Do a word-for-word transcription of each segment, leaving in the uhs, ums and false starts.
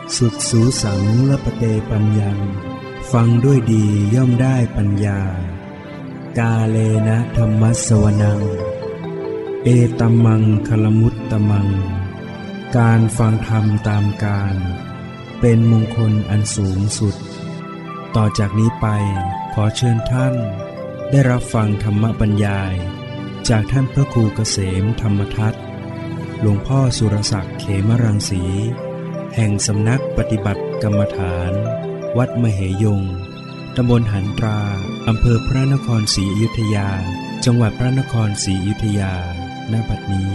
สุดสูสังละปะเตปัญญังฟังด้วยดีย่อมได้ปัญญากาเลนะธรรมัสสวนังเอตัมมังคลมุตตมังการฟังธรรมตามการเป็นมงคลอันสูงสุดต่อจากนี้ไปขอเชิญท่านได้รับฟังธรรมบรรยายจากท่านพระครูเกษมธรรมทัศน์หลวงพ่อสุรศักดิ์เขมรังสีแห่งสำนักปฏิบัติกรรมฐานวัดมเหยงตำบลหันตราอำเภอพระนครศรีอยุธยาจังหวัดพระนครศรีอยุธยาณ บัดนี้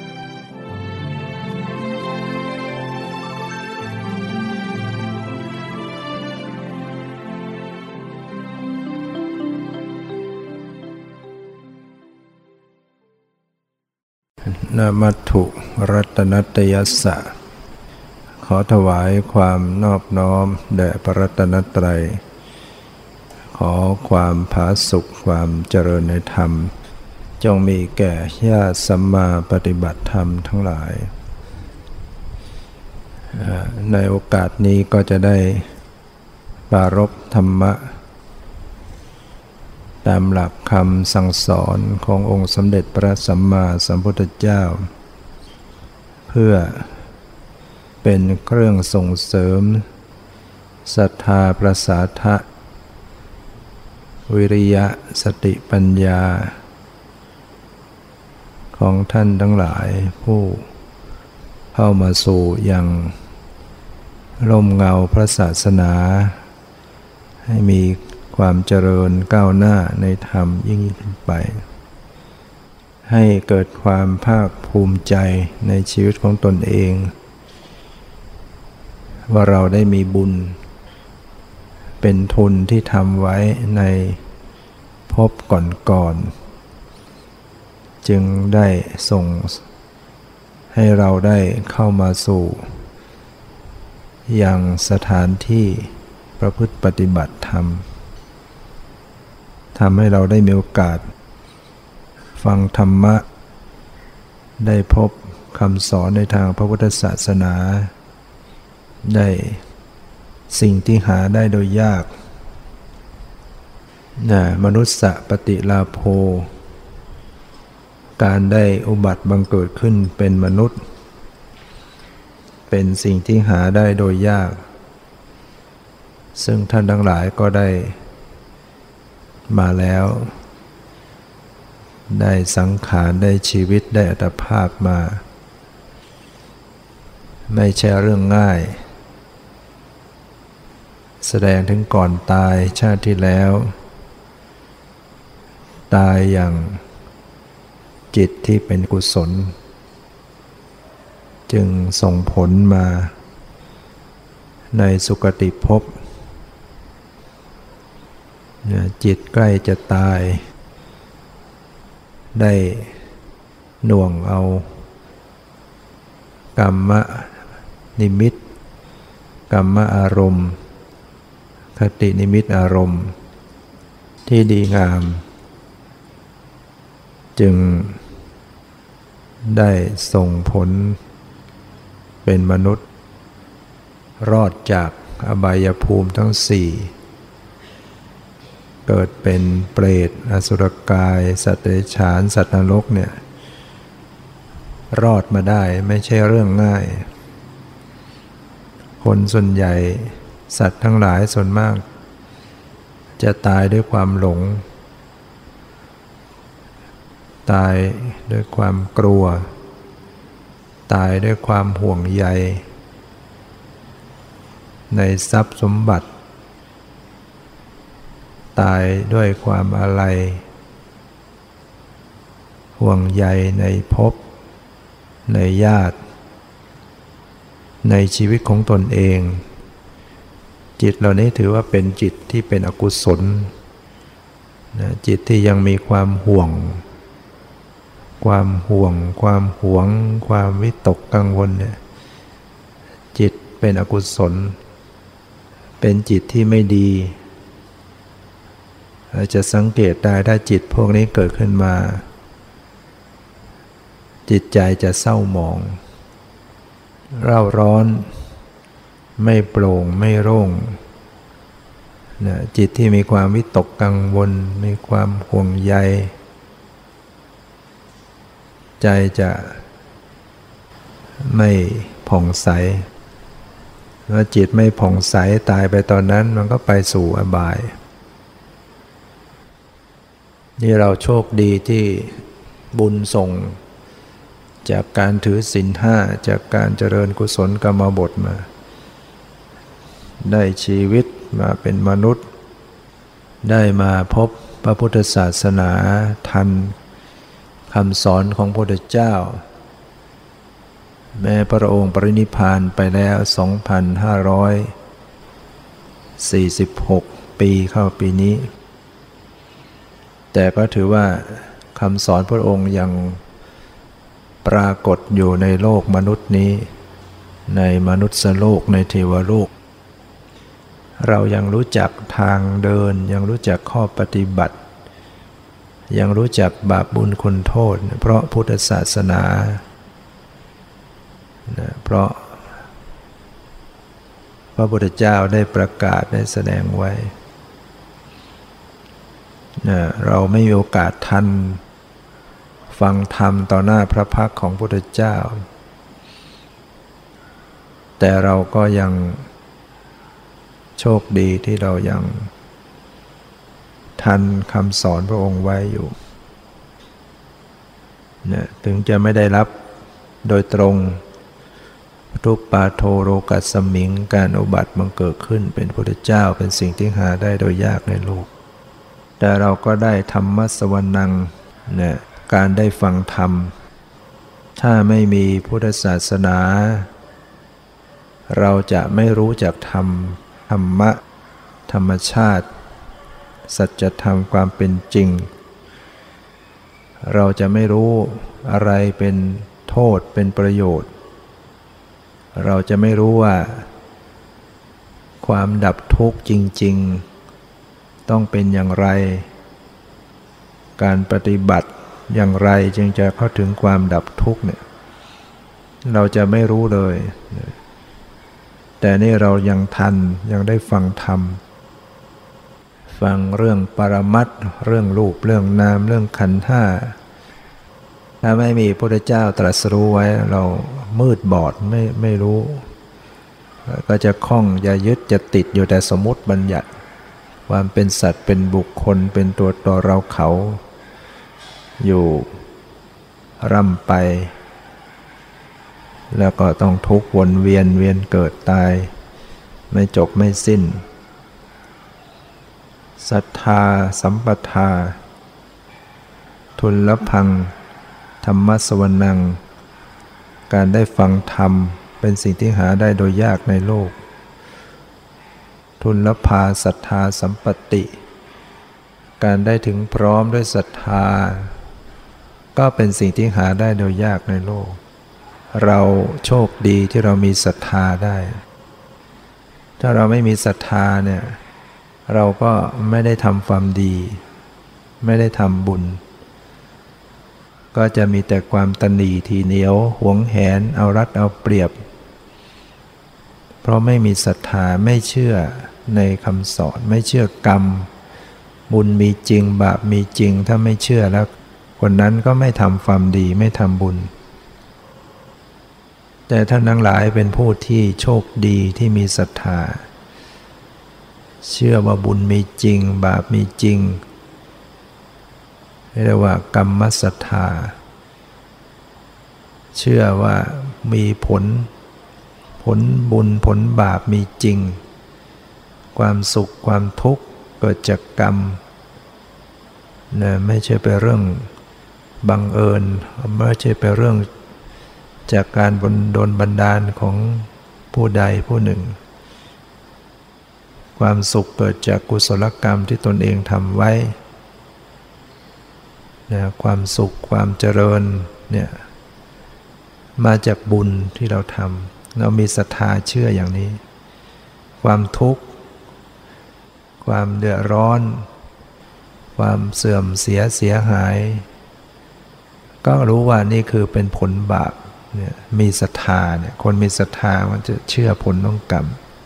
นะมัตถุรัตนัตยัสสะขอถวายความนอบน้อมแด่พระรัตนตรัยขอความผาสุกความเจริญในธรรมจงมีแก่ญาติสัมมาปฏิบัติธรรมทั้งหลายในโอกาสนี้ก็จะได้ปรารภธรรมะตามหลักคำสั่งสอนขององค์สมเด็จพระสัมมาสัมพุทธเจ้าเพื่อเป็นเครื่องส่งเสริมศรัทธาประสาทะวิริยะสติปัญญาของท่านทั้งหลายผู้เข้ามาสู่ยังร่มเงาพระศาสนาให้มีความเจริญก้าวหน้าในธรรมยิ่งขึ้นไปให้เกิดความภาคภูมิใจในชีวิตของตนเองว่าเราได้มีบุญเป็นทุนที่ทำไว้ในภพก่อนๆจึงได้ส่งให้เราได้เข้ามาสู่ยังสถานที่ประพฤติปฏิบัติธรรมทำให้เราได้มีโอกาสฟังธรรมะได้พบคำสอนในทางพระพุทธศาสนาได้สิ่งที่หาได้โดยยากนะมนุสสะปฏิลาโภการได้อุบัติบังเกิดขึ้นเป็นมนุษย์เป็นสิ่งที่หาได้โดยยากซึ่งท่านทั้งหลายก็ได้มาแล้วได้สังขารได้ชีวิตได้อัตภาพมาไม่ใช่เรื่องง่ายแสดงถึงก่อนตายชาติที่แล้วตายอย่างจิตที่เป็นกุศลจึงส่งผลมาในสุคติภพจิตใกล้จะตายได้หน่วงเอากรรมนิมิตกรรมอารมณ์คตินิมิตอารมณ์ที่ดีงามจึงได้ส่งผลเป็นมนุษย์รอดจากอบายภูมิทั้งสี่เกิดเป็นเปรตอสุรกายสัตว์เดรัจฉานสัตว์นรกเนี่ยรอดมาได้ไม่ใช่เรื่องง่ายคนส่วนใหญ่สัตว์ทั้งหลายส่วนมากจะตายด้วยความหลงตายด้วยความกลัวตายด้วยความห่วงใยในทรัพย์สมบัติตายด้วยความอาลัยห่วงใยในภพในญาติในชีวิตของตนเองจิตเหล่านี้ถือว่าเป็นจิตที่เป็นอกุศลนะจิตที่ยังมีความห่วงความห่วงความหวงความวิตกกังวลเนี่ยจิตเป็นอกุศลเป็นจิตที่ไม่ดีเราจะสังเกตได้ถ้าจิตพวกนี้เกิดขึ้นมาจิตใจจะเศร้าหมองเร่าร้อนไม่โปร่งไม่โล่งนะจิตที่มีความวิตกกังวลมีความห่วงใยใจจะไม่ผ่องใสเมื่อจิตไม่ผ่องใสตายไปตอนนั้นมันก็ไปสู่อบายนี่เราโชคดีที่บุญส่งจากการถือศีลห้าจากการเจริญกุศลกรรมบทมาได้ชีวิตมาเป็นมนุษย์ได้มาพบพระพุทธศาสนาทันคำสอนของพระพุทธเจ้าแม้พระองค์ปรินิพพานไปแล้ว สองพันห้าร้อยสี่สิบหก ปีเข้าปีนี้แต่ก็ถือว่าคำสอนพระองค์ยังปรากฏอยู่ในโลกมนุษย์นี้ในมนุษย์โลกในเทวโลกเรายังรู้จักทางเดินยังรู้จักข้อปฏิบัติยังรู้จักบาปบุญคุณโทษเพราะพุทธศาสนาเพราะพระพุทธเจ้าได้ประกาศได้แสดงไว้เราไม่มีโอกาสทันฟังธรรมต่อหน้าพระพักตร์ของพระพุทธเจ้าแต่เราก็ยังโชคดีที่เรายังทันคำสอนพระองค์ไว้อยู่นะถึงจะไม่ได้รับโดยตรงทุปปาโทโรกัสสมิงการอุบัติบังเกิดขึ้นเป็นพระพุทธเจ้าเป็นสิ่งที่หาได้โดยยากในโลกแต่เราก็ได้ธรรมสวนังนะการได้ฟังธรรมถ้าไม่มีพุทธศาสนาเราจะไม่รู้จักธรรมธรรมะธรรมชาติสัจธรรมความเป็นจริงเราจะไม่รู้อะไรเป็นโทษเป็นประโยชน์เราจะไม่รู้ว่าความดับทุกข์จริงๆต้องเป็นอย่างไรการปฏิบัติอย่างไรจึงจะเข้าถึงความดับทุกข์เนี่ยเราจะไม่รู้เลยแต่นี่เรายังทันยังได้ฟังธรรมฟังเรื่องปรมัตถ์เรื่องรูปเรื่องนามเรื่องขันธ์ห้าถ้าไม่มีพระพุทธเจ้าตรัสรู้ไว้เรามืดบอดไม่ไม่รู้ก็จะคล้องอย่ายึดจะติดอยู่แต่สมมุติบัญญัติความเป็นสัตว์เป็นบุคคลเป็นตัวตนเราเขาอยู่ร่ำไปแล้วก็ต้องทุกข์วนเวียนเวียนเกิดตายไม่จบไม่สิ้นศรัทธาสัมปทาทุลลพังธรรมสวนังการได้ฟังธรรมเป็นสิ่งที่หาได้โดยยากในโลกทุลลภาศรัทธาสัมปติการได้ถึงพร้อมด้วยศรัทธาก็เป็นสิ่งที่หาได้โดยยากในโลกเราโชคดีที่เรามีศรัทธาได้ถ้าเราไม่มีศรัทธาเนี่ยเราก็ไม่ได้ทำความดีไม่ได้ทำบุญก็จะมีแต่ความตนีทีเหนียวหวงแหนเอารัดเอาเปรียบเพราะไม่มีศรัทธาไม่เชื่อในคำสอนไม่เชื่อกรรมบุญมีจริงบาปมีจริงถ้าไม่เชื่อแล้วคนนั้นก็ไม่ทำความดีไม่ทำบุญแต่ท่านทั้งหลายเป็นผู้ที่โชคดีที่มีศรัทธาเชื่อว่าบุญมีจริงบาปมีจริงเรียกว่ากรรมศรัทธาเชื่อว่ามีผลผลบุญผลบาปมีจริงความสุขความทุกข์เกิดจากกรรมนะไม่ใช่เป็นเรื่องบังเอิญไม่ใช่เป็นเรื่องจากการบนโดนบันดาลของผู้ใดผู้หนึ่งความสุขเกิดจากกุศลกรรมที่ตนเองทำไว้นะความสุขความเจริญเนี่ยมาจากบุญที่เราทำเรามีศรัทธาเชื่ออย่างนี้ความทุกข์ความเดือดร้อนความเสื่อมเสียเสียหายก็รู้ว่านี่คือเป็นผลบาปเนี่ยมีศรัทธาเนี่ยคนมีศรัทธามันจะเชื่อผลของกรรม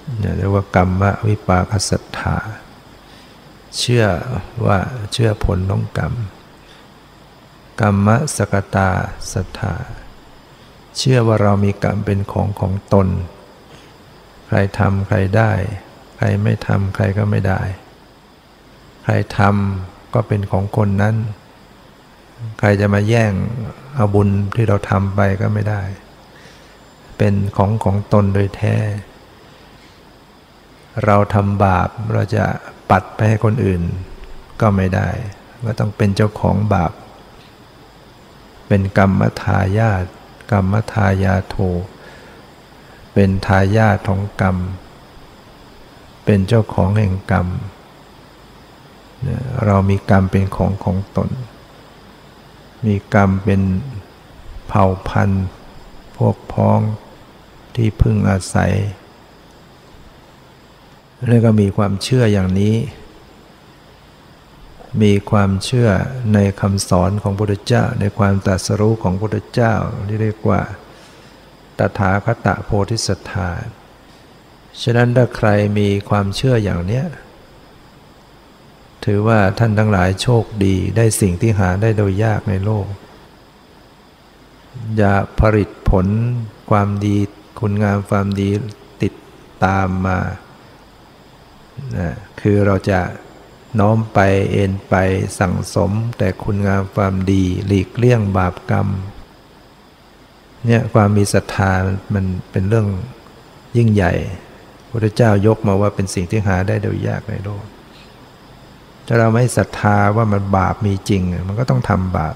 เรียกว่ากรรมวิปากศรัทธาเชื่อว่าเชื่อผลของกรรมกรรมสกตาศรัทธาเชื่อว่าเรามีกรรมเป็นของของตนใครทำใครได้ใครไม่ทำใครก็ไม่ได้ใครทำก็เป็นของคนนั้นใครจะมาแย่งเอาบุญที่เราทำไปก็ไม่ได้เป็นของของตนโดยแท้เราทำบาปเราจะปัดไปให้คนอื่นก็ไม่ได้ก็ต้องเป็นเจ้าของบาปเป็นกรรมทายาทกรรมทายาโทเป็นทายาทของกรรมเป็นเจ้าของแห่งกรรมเรามีกรรมเป็นของของตนมีกรรมเป็นเผ่าพันธุ์พวกพ้องที่พึ่งอาศัยแล้วก็มีความเชื่ออย่างนี้มีความเชื่อในคำสอนของพระพุทธเจ้าในความตรัสรู้ของพระพุทธเจ้าที่เรียกว่าตถาคตโพธิสัตถาฉะนั้นถ้าใครมีความเชื่ออย่างเนี้ยถือว่าท่านทั้งหลายโชคดีได้สิ่งที่หาได้โดยยากในโลกอย่าผลิตผลความดีคุณงามความดีติดตามมานะคือเราจะน้อมไปเอ็นไปสั่งสมแต่คุณงามความดีหลีกเลี่ยงบาปกรรมเนี่ยความมีศรัทธามันเป็นเรื่องยิ่งใหญ่พระพุทธเจ้ายกมาว่าเป็นสิ่งที่หาได้โดยยากในโลกถ้าเราไม่ศรัทธาว่ามันบาปมีจริงมันก็ต้องทำบาป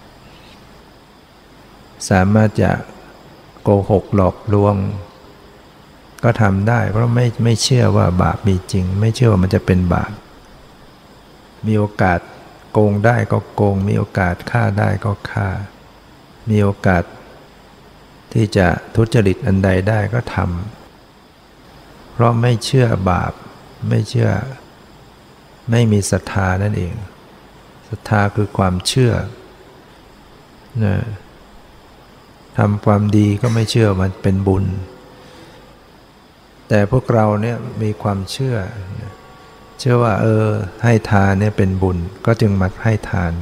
สามารถจะโกหกหลอกลวงก็ทำได้เพราะไม่ไม่เชื่อว่าบาปมีจริงไม่เชื่อว่ามันจะเป็นบาปมีโอกาสโกงได้ก็โกงมีโอกาสฆ่าได้ก็ฆ่ามีโอกาสที่จะทุจริตอันใดได้ก็ทำเพราะไม่เชื่อบาปไม่เชื่อไม่มีศรัทธานั่นเองศรัทธาคือความเชื่อนะทำความดีก็ไม่เชื่อมันเป็นบุญแต่พวกเราเนี่ยมีความเชื่อเชื่อว่าเออให้ทานเนี่ยเป็นบุญก็จึงมาให้ทาน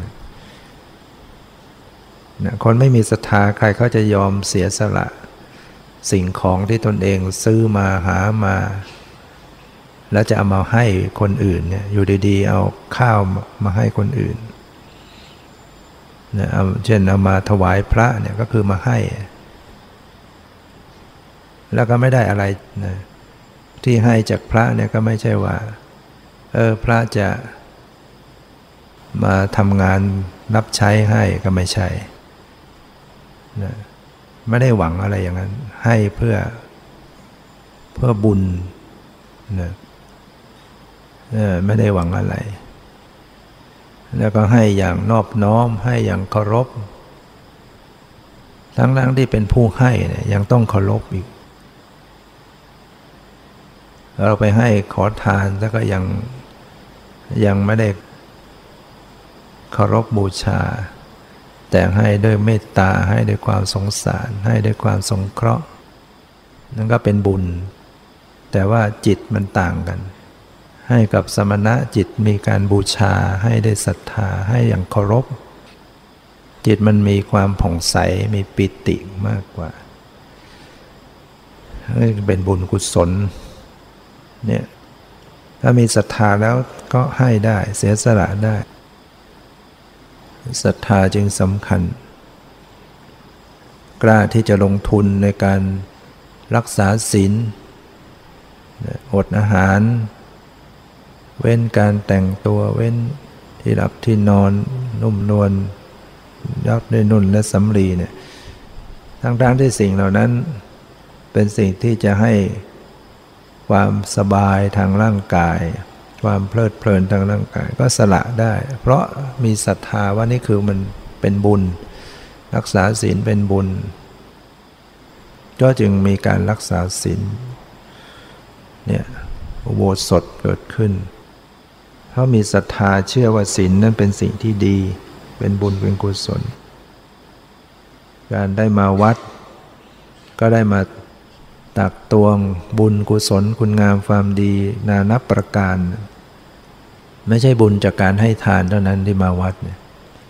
นะคนไม่มีศรัทธาใครเขาจะยอมเสียสละสิ่งของที่ตนเองซื้อมาหามาแล้วจะเอามาให้คนอื่นเนี่ยอยู่ดีๆเอาข้าวมาให้คนอื่นนะเอาเช่นเอามาถวายพระเนี่ยก็คือมาให้แล้วก็ไม่ได้อะไรนะที่ให้จากพระเนี่ยก็ไม่ใช่ว่าเออพระจะมาทำงานรับใช้ให้ก็ไม่ใช่นะไม่ได้หวังอะไรอย่างนั้นให้เพื่อเพื่อบุญนะเออไม่ได้หวังอะไรแล้วก็ให้อย่างนอบน้อมให้อย่างเคารพทั้งๆที่เป็นผู้ให้เนี่ยยังต้องเคารพอีกเราไปให้ขอทานแล้วก็ยังยังไม่ได้เคารพบูชาแต่ให้ด้วยเมตตาให้ด้วยความสงสารให้ด้วยความสงเคราะห์นั่นก็เป็นบุญแต่ว่าจิตมันต่างกันให้กับสมณะจิตมีการบูชาให้ได้ศรัทธาให้อย่างเคารพจิตมันมีความผ่องใสมีปิติมากกว่าเป็นบุญกุศลเนี่ยถ้ามีศรัทธาแล้วก็ให้ได้เสียสละได้ศรัทธาจึงสำคัญกล้าที่จะลงทุนในการรักษาศีลอดอาหารเว้นการแต่งตัวเว้นที่หลับที่นอนนุ่มนวลยับด้วยนุ่นและสำลีเนี่ยทั้งๆที่สิ่งเหล่านั้นเป็นสิ่งที่จะให้ความสบายทางร่างกายความเพลิดเพลินทางร่างกายก็สละได้เพราะมีศรัทธาว่านี่คือมันเป็นบุญรักษาศีลเป็นบุญก็จึงมีการรักษาศีลเนี่ยอุโบสถเกิดขึ้นเพราะมีศรัทธาเชื่อว่าศีลนั้นเป็นสิ่งที่ดีเป็นบุญเป็นกุศลการได้มาวัดก็ได้มาตักตวงบุญกุศลคุณงามความดีนานับประการไม่ใช่บุญจากการให้ทานเท่านั้นที่มาวัดเนี่ย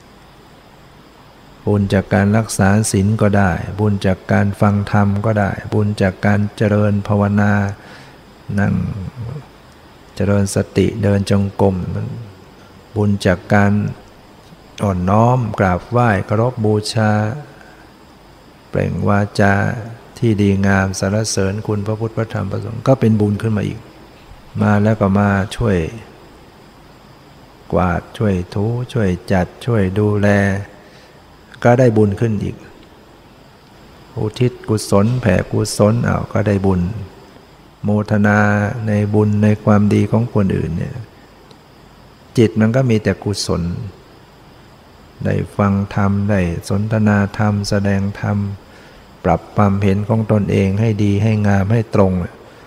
บุญจากการรักษาศีลก็ได้บุญจากการฟังธรรมก็ได้บุญจากการเจริญภาวนานั่งเจริญสติเดินจงกรมบุญจากการอ่อนน้อมกราบไหว้เคารพบูชาเปล่งวาจาที่ดีงามสรรเสริญคุณพระพุทธพระธรรมพระสงฆ์ก็เป็นบุญขึ้นมาอีกมาแล้วก็มาช่วยกวาดช่วยถูช่วยจัดช่วยดูแลก็ได้บุญขึ้นอีกอุทิศกุศลแผ่กุศลเอาก็ได้บุญโมทนาในบุญในความดีของคนอื่นเนี่ยจิตมันก็มีแต่กุศลได้ฟังธรรมได้สนทนาธรรมแสดงธรรมปรับความเห็นของตนเองให้ดีให้งามให้ตรง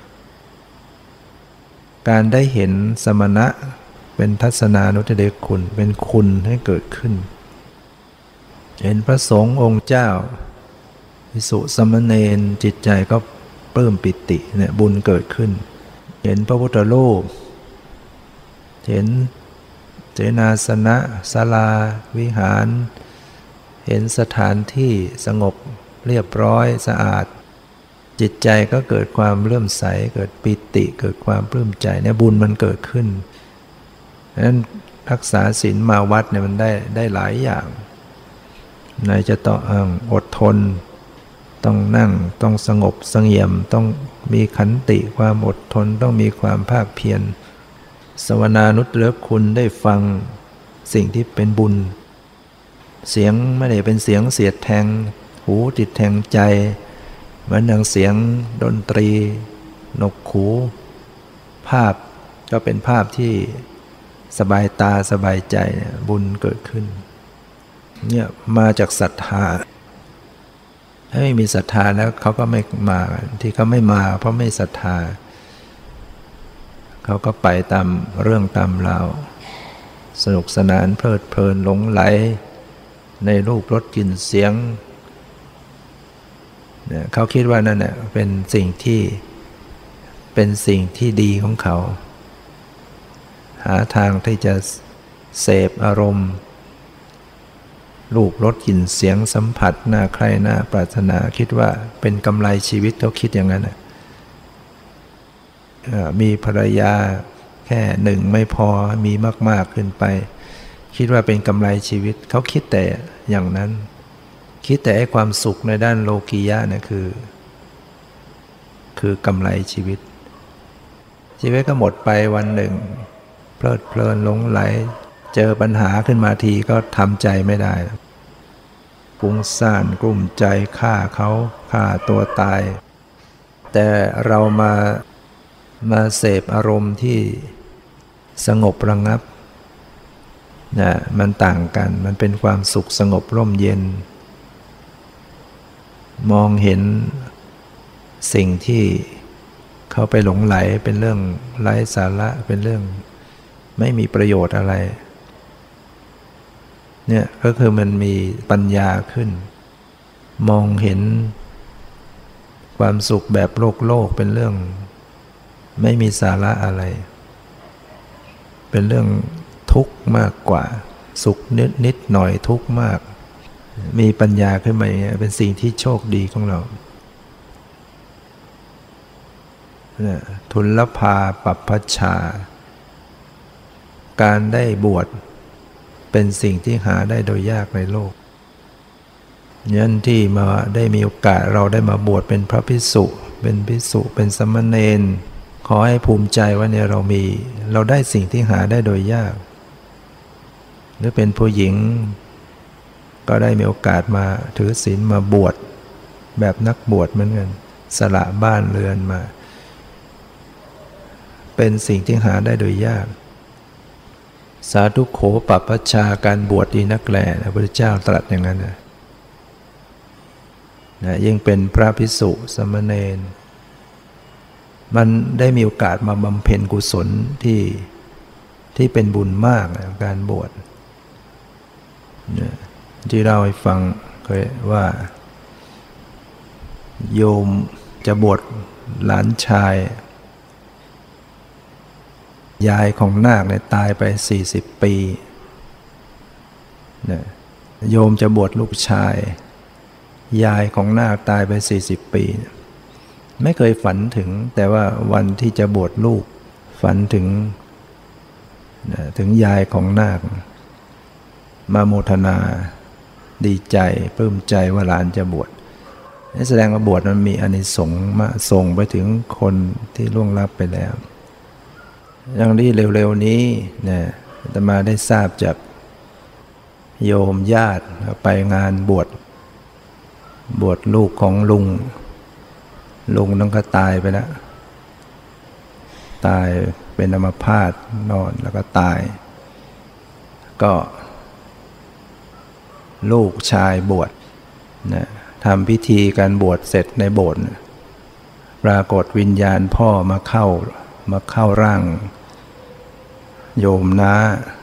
การได้เห็นสมณะเป็นทัศนานุทิเดชคุณเป็นคุณให้เกิดขึ้นเห็นพระสงฆ์องค์เจ้าภิกษุสามเณรจิตใจก็ปลื้มปิติเนี่ยบุญเกิดขึ้นเห็นพระพุทธรูปเห็นเสนาสนะศาลาวิหารเห็นสถานที่สงบเรียบร้อยสะอาดจิตใจก็เกิดความเลื่อมใสเกิดปิติเกิดความปลื้มใจเนี่ยบุญมันเกิดขึ้นดังนั้นรักษาศีลมาวัดเนี่ยมันได้ได้หลายอย่างไหนจะต้องอดทนต้องนั่งต้องสงบเสงี่ยมต้องมีขันติความอดทนต้องมีความภาคเพียรสวนานุตเลิกคุณได้ฟังสิ่งที่เป็นบุญเสียงไม่ได้เป็นเสียงเสียดแทงหูติดแทงใจเหมือนดังเสียงดนตรีนกหูภาพก็เป็นภาพที่สบายตาสบายใจบุญเกิดขึ้นเนี่ยมาจากศรัทธาถ้าไม่มีศรัทธาแล้วเขาก็ไม่มาที่เขาไม่มาเพราะไม่ศรัทธาเขาก็ไปตามเรื่องตามราวสนุกสนานเพลิดเพลินหลงไหลในรูปรสกลิ่นเสียงเนี่ยเขาคิดว่านั่นน่ะเป็นสิ่งที่เป็นสิ่งที่ดีของเขาหาทางที่จะเสพอารมณ์รูปรสกลิ่นเสียงสัมผัสน่าใคร่น่าปรารถนาคิดว่าเป็นกำไรชีวิตเขาคิดอย่างนั้นน่ะมีภรรยาแค่หนึ่งไม่พอมีมากๆขึ้นไปคิดว่าเป็นกำไรชีวิตเขาคิดแต่อย่างนั้นคิดแต่ไอ้ความสุขในด้านโลกียะเนี่ยคือคือกำไรชีวิตชีวิตก็หมดไปวันหนึ่งเพลิดเพลินหลงไหลเจอปัญหาขึ้นมาทีก็ทำใจไม่ได้ฟุ้งซ่านกลุ้มใจฆ่าเขาฆ่าตัวตายแต่เรามามาเสพอารมณ์ที่สงบระงับนะมันต่างกันมันเป็นความสุขสงบร่มเย็นมองเห็นสิ่งที่เขาไปหลงไหลเป็นเรื่องไร้สาระเป็นเรื่องไม่มีประโยชน์อะไรเนี่ยก็คือมันมีปัญญาขึ้นมองเห็นความสุขแบบโลกโลกเป็นเรื่องไม่มีสาระอะไรเป็นเรื่องทุกข์มากกว่าสุขนิดนิดหน่อยทุกข์มากมีปัญญาขึ้นมาอย่างเงี้ยเป็นสิ่งที่โชคดีของเราทุลภาปัปพชาการได้บวชเป็นสิ่งที่หาได้โดยยากในโลกยันที่มาได้มีโอกาสเราได้มาบวชเป็นพระภิกษุเป็นภิกษุเป็นสมณเณรขอให้ภูมิใจว่าเนี่ยเรามีเราได้สิ่งที่หาได้โดยยากหรือเป็นผู้หญิงก็ได้มีโอกาสมาถือศีลมาบวชแบบนักบวชเหมือนกันสละบ้านเรือนมาเป็นสิ่งที่หาได้โดยยากสาธุโขปัปพชาการบวชดีนักแลพระพุทธเจ้าตรัสอย่างนั้นนะนะยิ่งเป็นพระภิกษุสมณเณรมันได้มีโอกาสมาบำเพ็ญกุศลที่ที่เป็นบุญมากนะการบวชนะที่เราให้ฟังเคยว่าโยมจะบวชหลานชายยายของนาคเนี่ยตายไปสี่สิบปีเนี่ยโยมจะบวชลูกชายยายของนาคตายไปสี่สิบปีไม่เคยฝันถึงแต่ว่าวันที่จะบวชลูกฝันถึงถึงยายของนาคมาโมทนาดีใจปลื้มใจว่าหลานจะบวชนี่แสดงว่าบวชมันมีอานิสงส์มาส่งไปถึงคนที่ล่วงลับไปแล้วอย่างที่เร็วๆนี้เนี่ยอาตมาได้ทราบจากโยมญาติไปงานบวชบวชลูกของลุงลุงนั่นก็ตายไปแล้วตายเป็นอัมพาตนอนแล้วก็ตายก็ลูกชายบวชนะทำพิธีการบวชเสร็จในโบสถ์ปรากฏวิญญาณพ่อมาเข้ามาเข้าร่างโยมน้า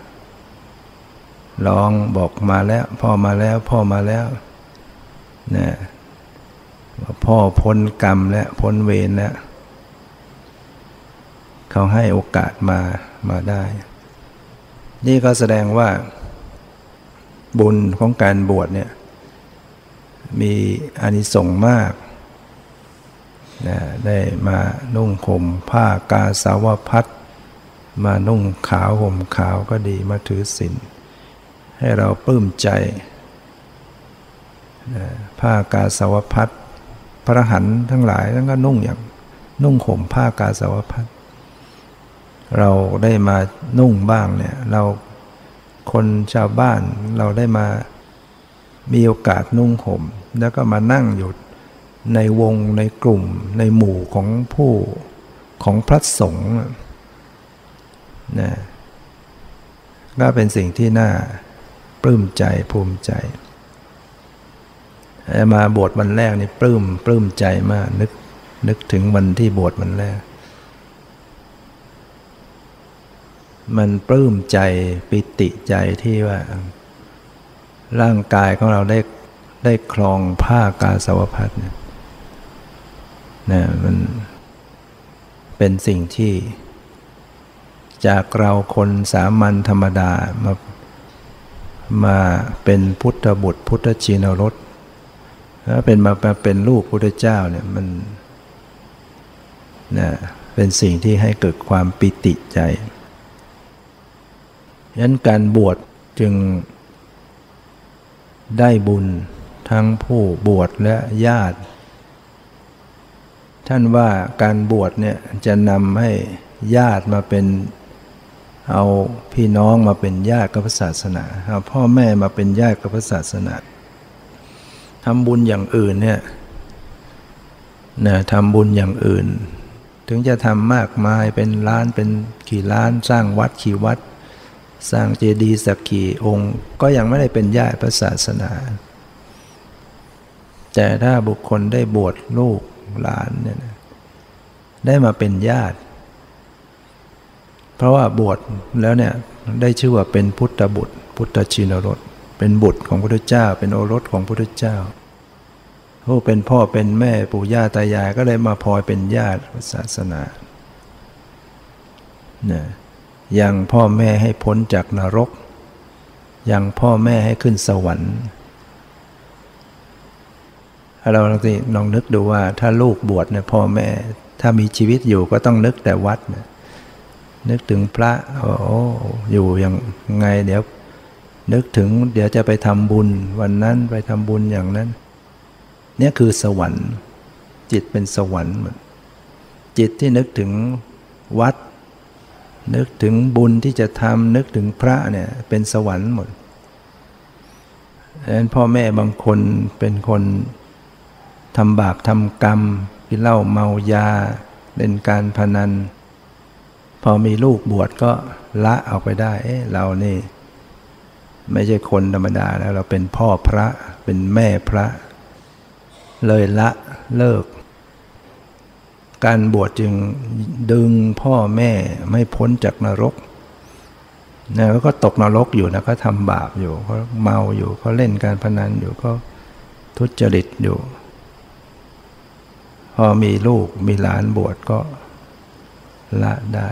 ร้องบอกมาแล้วพ่อมาแล้วพ่อมาแล้วนะพ่อพ้นกรรมแล้วพ้นเวรแล้วเขาให้โอกาสมามาได้นี่ก็แสดงว่าบุญของการบวชเนี่ยมีอานิสงส์มากนะได้มานุ่งห่มผ้ากาสาวพัสมานุ่งขาวห่มขาวก็ดีมาถือศีลให้เราปลื้มใจนะผ้ากาสาวพัสพระอรหันต์ทั้งหลายท่านก็นุ่งอย่างนุ่งห่มผ้ากาสาวพัสเราได้มานุ่งบ้างเนี่ยเราคนชาวบ้านเราได้มามีโอกาสนุ่งห่มแล้วก็มานั่งอยู่ในวงในกลุ่มในหมู่ของผู้ของพระสงฆ์นะก็เป็นสิ่งที่น่าปลื้มใจภูมิใจมาบวชวันแรกนี่ปลื้มปลื้มใจมากนึกนึกถึงวันที่บวชวันแรกมันปลื้มใจปิติใจที่ว่าร่างกายของเราได้ได้ครองผ้ากาสาวพัสเนี่ยนะมันเป็นสิ่งที่จากเราคนสามัญธรรมดามามาเป็นพุทธบุตรพุทธชินรสแล้วเป็นมาเป็นลูกพุทธเจ้าเนี่ยมันนะเป็นสิ่งที่ให้เกิดความปิติใจฉะนั้นการบวชจึงได้บุญทั้งผู้บวชและญาติท่านว่าการบวชเนี่ยจะนำให้ญาติมาเป็นเอาพี่น้องมาเป็นญาติกับพระศาสนาเอาพ่อแม่มาเป็นญาติกับพระศาสนาทำบุญอย่างอื่นเนี่ยนะทำบุญอย่างอื่นถึงจะทำมากมายเป็นล้านเป็นกี่ล้านสร้างวัดกี่วัดสร้างเจดีย์สักกี่องค์ก็ยังไม่ได้เป็นญาติพระศาสนาแต่ถ้าบุคคลได้บวชลูกหลานเนี่ยได้มาเป็นญาติเพราะว่าบวชแล้วเนี่ยได้ชื่อว่าเป็นพุทธบุตรพุทธชินรสเป็นบุตรของพระพุทธเจ้าเป็นโอรสของพระพุทธเจ้าผู้เป็นพ่อเป็นแม่ปู่ย่าตายายก็เลยมาพลอยเป็นญาติศาสนาเนี่ยยังพ่อแม่ให้พ้นจากนรกยังพ่อแม่ให้ขึ้นสวรรค์เราลองสิลองนึกดูว่าถ้าลูกบวชเนี่ยพ่อแม่ถ้ามีชีวิตอยู่ก็ต้องนึกแต่วัดนะนึกถึงพระโอ้อยู่ยังไงเดี๋ยวนึกถึงเดี๋ยวจะไปทำบุญวันนั้นไปทำบุญอย่างนั้นเนี่ยคือสวรรค์จิตเป็นสวรรค์หมดจิตที่นึกถึงวัดนึกถึงบุญที่จะทำนึกถึงพระเนี่ยเป็นสวรรค์หมดดังนั้นพ่อแม่บางคนเป็นคนทำบาปทำกรรมกินเหล้าเมายาเล่นการพนันพอมีลูกบวชก็ละออกไปได้เอ๊ะเรานี่ไม่ใช่คนธรรมดาแล้วเราเป็นพ่อพระเป็นแม่พระเลยละเลิกการบวชจึงดึงพ่อแม่ไม่พ้นจากนรกนะแล้วก็ตกนรกอยู่นะก็ทำบาปอยู่เขาเมาอยู่เขาเล่นการพนันอยู่เขาทุจริตอยู่พอมีลูกมีหลานบวชก็ละได้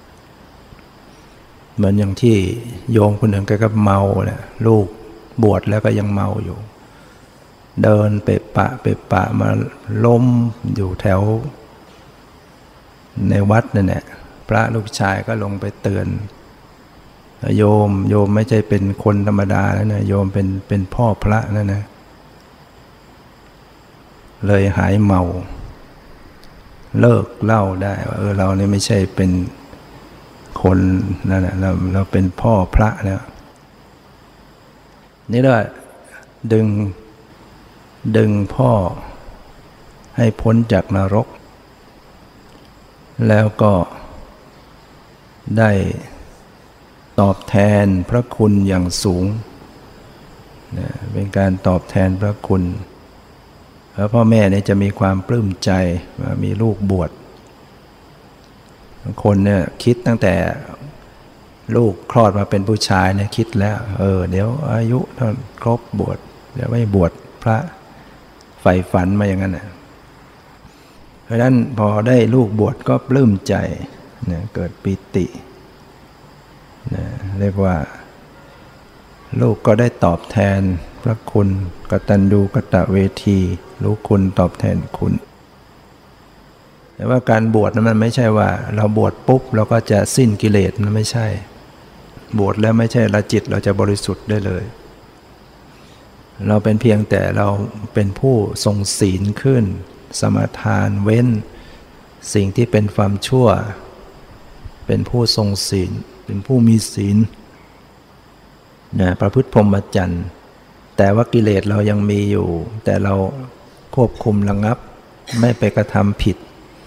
เหมือนอย่างที่โยมคนหนึ่งแกก็เมาเนี่ยลูกบวชแล้วก็ยังเมาอยู่เดินเปะปะเปะปะมาล้มอยู่แถวในวัดนั่นแหละพระลูกชายก็ลงไปเตือนโยมโยมไม่ใช่เป็นคนธรรมดาแล้วนะโยมเป็นเป็นพ่อพระนั่นนะเลยหายเมาเลิกเล่าได้ว่าเออเราเนี่ยไม่ใช่เป็นคนนั่นแหละเราเราเป็นพ่อพระแล้วนี่แหละดึงดึงพ่อให้พ้นจากนรกแล้วก็ได้ตอบแทนพระคุณอย่างสูงนะเป็นการตอบแทนพระคุณแล้วพ่อแม่เนี่ยจะมีความปลื้มใจว่ามีลูกบวชคนเนี่ยคิดตั้งแต่ลูกคลอดมาเป็นผู้ชายเนี่ยคิดแล้วเออเดี๋ยวอายุเท่าครบบวชเดี๋ยวไม่บวชพระใฝ่ฝันมาอย่างนั้นนะเพราะฉะนั้นพอได้ลูกบวชก็ปลื้มใจนะเกิดปิตินะเรียกว่าลูกก็ได้ตอบแทนพระคุณกตัญญูกตเวทีรู้คุณตอบแทนคุณแต่ว่าการบวชนั้นมันไม่ใช่ว่าเราบวชปุ๊บเราก็จะสิ้นกิเลสมันไม่ใช่บวชแล้วไม่ใช่ละจิตเราจะบริสุทธิ์ได้เลยเราเป็นเพียงแต่เราเป็นผู้ทรงศีลขึ้นสมาทานเว้นสิ่งที่เป็นความชั่วเป็นผู้ทรงศีลเป็นผู้มีศีลนะประพฤติพรหมจรรย์แต่ว่ากิเลสเรายังมีอยู่แต่เราควบคุมระงับไม่ไปกระทำผิด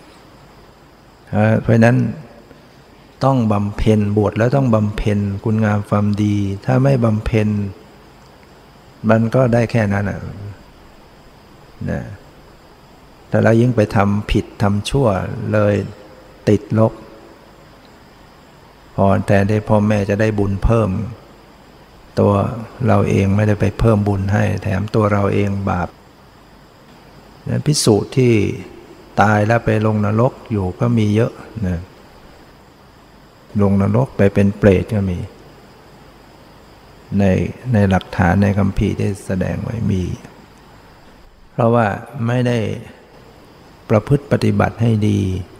เพราะนั้นต้องบำเพ็ญบวชแล้วต้องบำเพ็ญคุณงามความดีถ้าไม่บำเพ็ญมันก็ได้แค่นั้นนะนะแต่เรายิ่งไปทำผิดทำชั่วเลยติดลบพอแต่ได้พ่อแม่จะได้บุญเพิ่มตัวเราเองไม่ได้ไปเพิ่มบุญให้แถมตัวเราเองบาปนั้นภิกษุที่ตายแล้วไปลงนรกอยู่ก็มีเยอะนะลงนรกไปเป็นเปรตก็มีในในหลักฐานในคัมภีร์ได้แสดงไว้มีเพราะว่าไม่ได้ประพฤติปฏิบัติให้ดี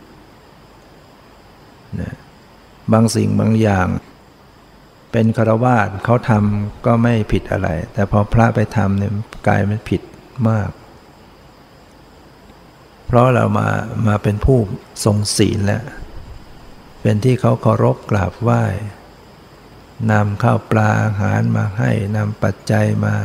นะบางสิ่งบางอย่างเป็นฆราวาสเขาทำก็ไม่ผิดอะไรแต่พอพระไปทำเนี่ยกลายเป็นผิดมากเพราะเรามามาเป็นผู้ทรงศีลแล้วเป็นที่เขาเคารพกราบไหว้นำข้าวปลาอาหารมาให้นำปัจจัยมา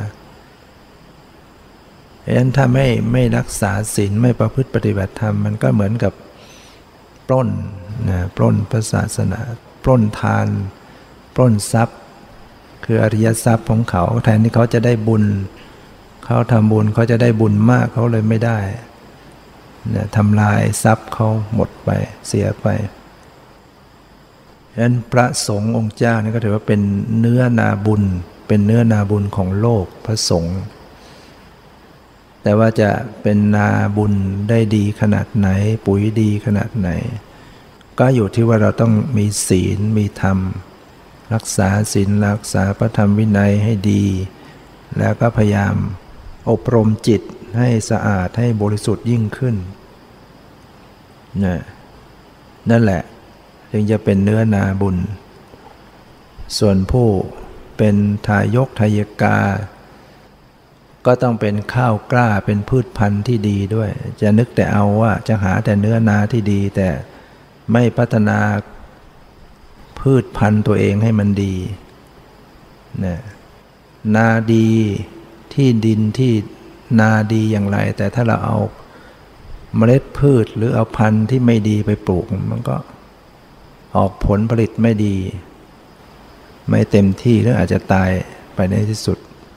เพราะฉะนั้นถ้าไม่ไม่รักษาศีลไม่ประพฤติปฏิบัติธรรมมันก็เหมือนกับปล้นนะปล้นพระศาสนาปล้นทานปล้นทรัพย์คืออริยทรัพย์ของเขาแทนที่เขาจะได้บุญเขาทำบุญเขาจะได้บุญมากเขาเลยไม่ได้นะทำลายทรัพย์เขาหมดไปเสียไปฉะนั้นพระสงฆ์องค์เจ้านี่ก็ถือว่าเป็นเนื้อนาบุญเป็นเนื้อนาบุญของโลกพระสงฆ์แต่ว่าจะเป็นนาบุญได้ดีขนาดไหนปุ๋ยดีขนาดไหนก็อยู่ที่ว่าเราต้องมีศีลมีธรรมรักษาศีลรักษาพระธรรมวินัยให้ดีแล้วก็พยายามอบรมจิตให้สะอาดให้บริสุทธิ์ยิ่งขึ้นนะนั่นแหละจึงจะเป็นเนื้อนาบุญส่วนผู้เป็นทายกทายกาก็ต้องเป็นข้าวกล้าเป็นพืชพันธุ์ที่ดีด้วยจะนึกแต่เอาว่าจะหาแต่เนื้อนาที่ดีแต่ไม่พัฒนาพืชพันธุ์ตัวเองให้มันดีนะนาดีที่ดินที่นาดีอย่างไรแต่ถ้าเราเอาเมล็ดพืชหรือเอาพันธุ์ที่ไม่ดีไปปลูกมันก็ออกผลผลิตไม่ดีไม่เต็มที่หรืออาจจะตายไปในที่สุด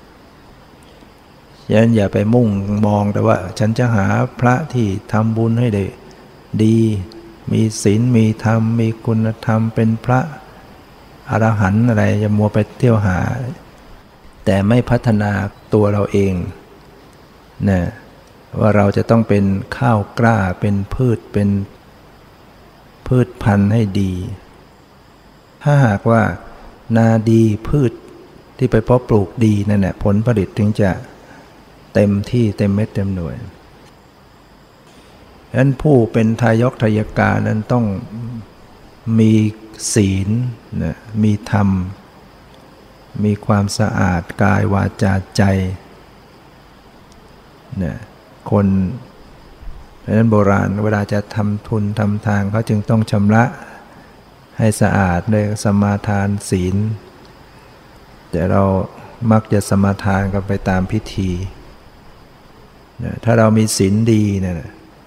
ฉะนั้นอย่าไปมุ่งมองแต่ว่าฉันจะหาพระที่ทำบุญให้ได้ดีมีศีลมีธรรมมีคุณธรรมเป็นพระอรหันต์อะไรจะมัวไปเที่ยวหาแต่ไม่พัฒนาตัวเราเองนะว่าเราจะต้องเป็นข้าวกล้าเป็นพืชเป็นพืชพันธุ์ให้ดีถ้าหากว่านาดีพืชที่ไปเพาะปลูกดีนั่นแหละผลผลิตถึงจะเต็มที่เต็มเม็ดเต็มหน่วยฉะนั้นผู้เป็นทายกทายกานั้นต้องมีศีลนะมีธรรมมีความสะอาดกายวาจาใจนะคนเพราะฉะนั้นโบราณเวลาจะทำทุนทำทางเขาจึงต้องชำระให้สะอาดโดยสมาทานศีลแต่เรามักจะสมาทานกันไปตามพิธีนะถ้าเรามีศีลดีเนี่ย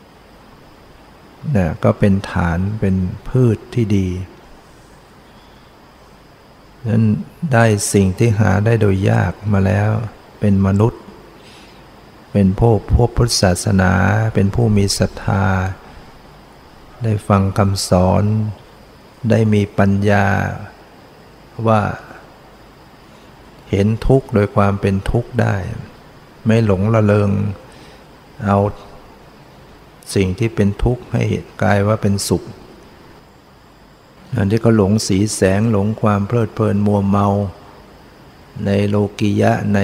นะก็เป็นฐานเป็นพืชที่ดีนั้นได้สิ่งที่หาได้โดยยากมาแล้วเป็นมนุษย์เป็นผู้พบพุทธศาสนาเป็นผู้มีศรัทธาได้ฟังคำสอนได้มีปัญญาว่าเห็นทุกข์โดยความเป็นทุกข์ได้ไม่หลงละเลงเอาสิ่งที่เป็นทุกข์ให้กลายว่าเป็นสุขอันที่เขาหลงสีแสงหลงความเพลิดเพลินมัวเมาในโลกียะใน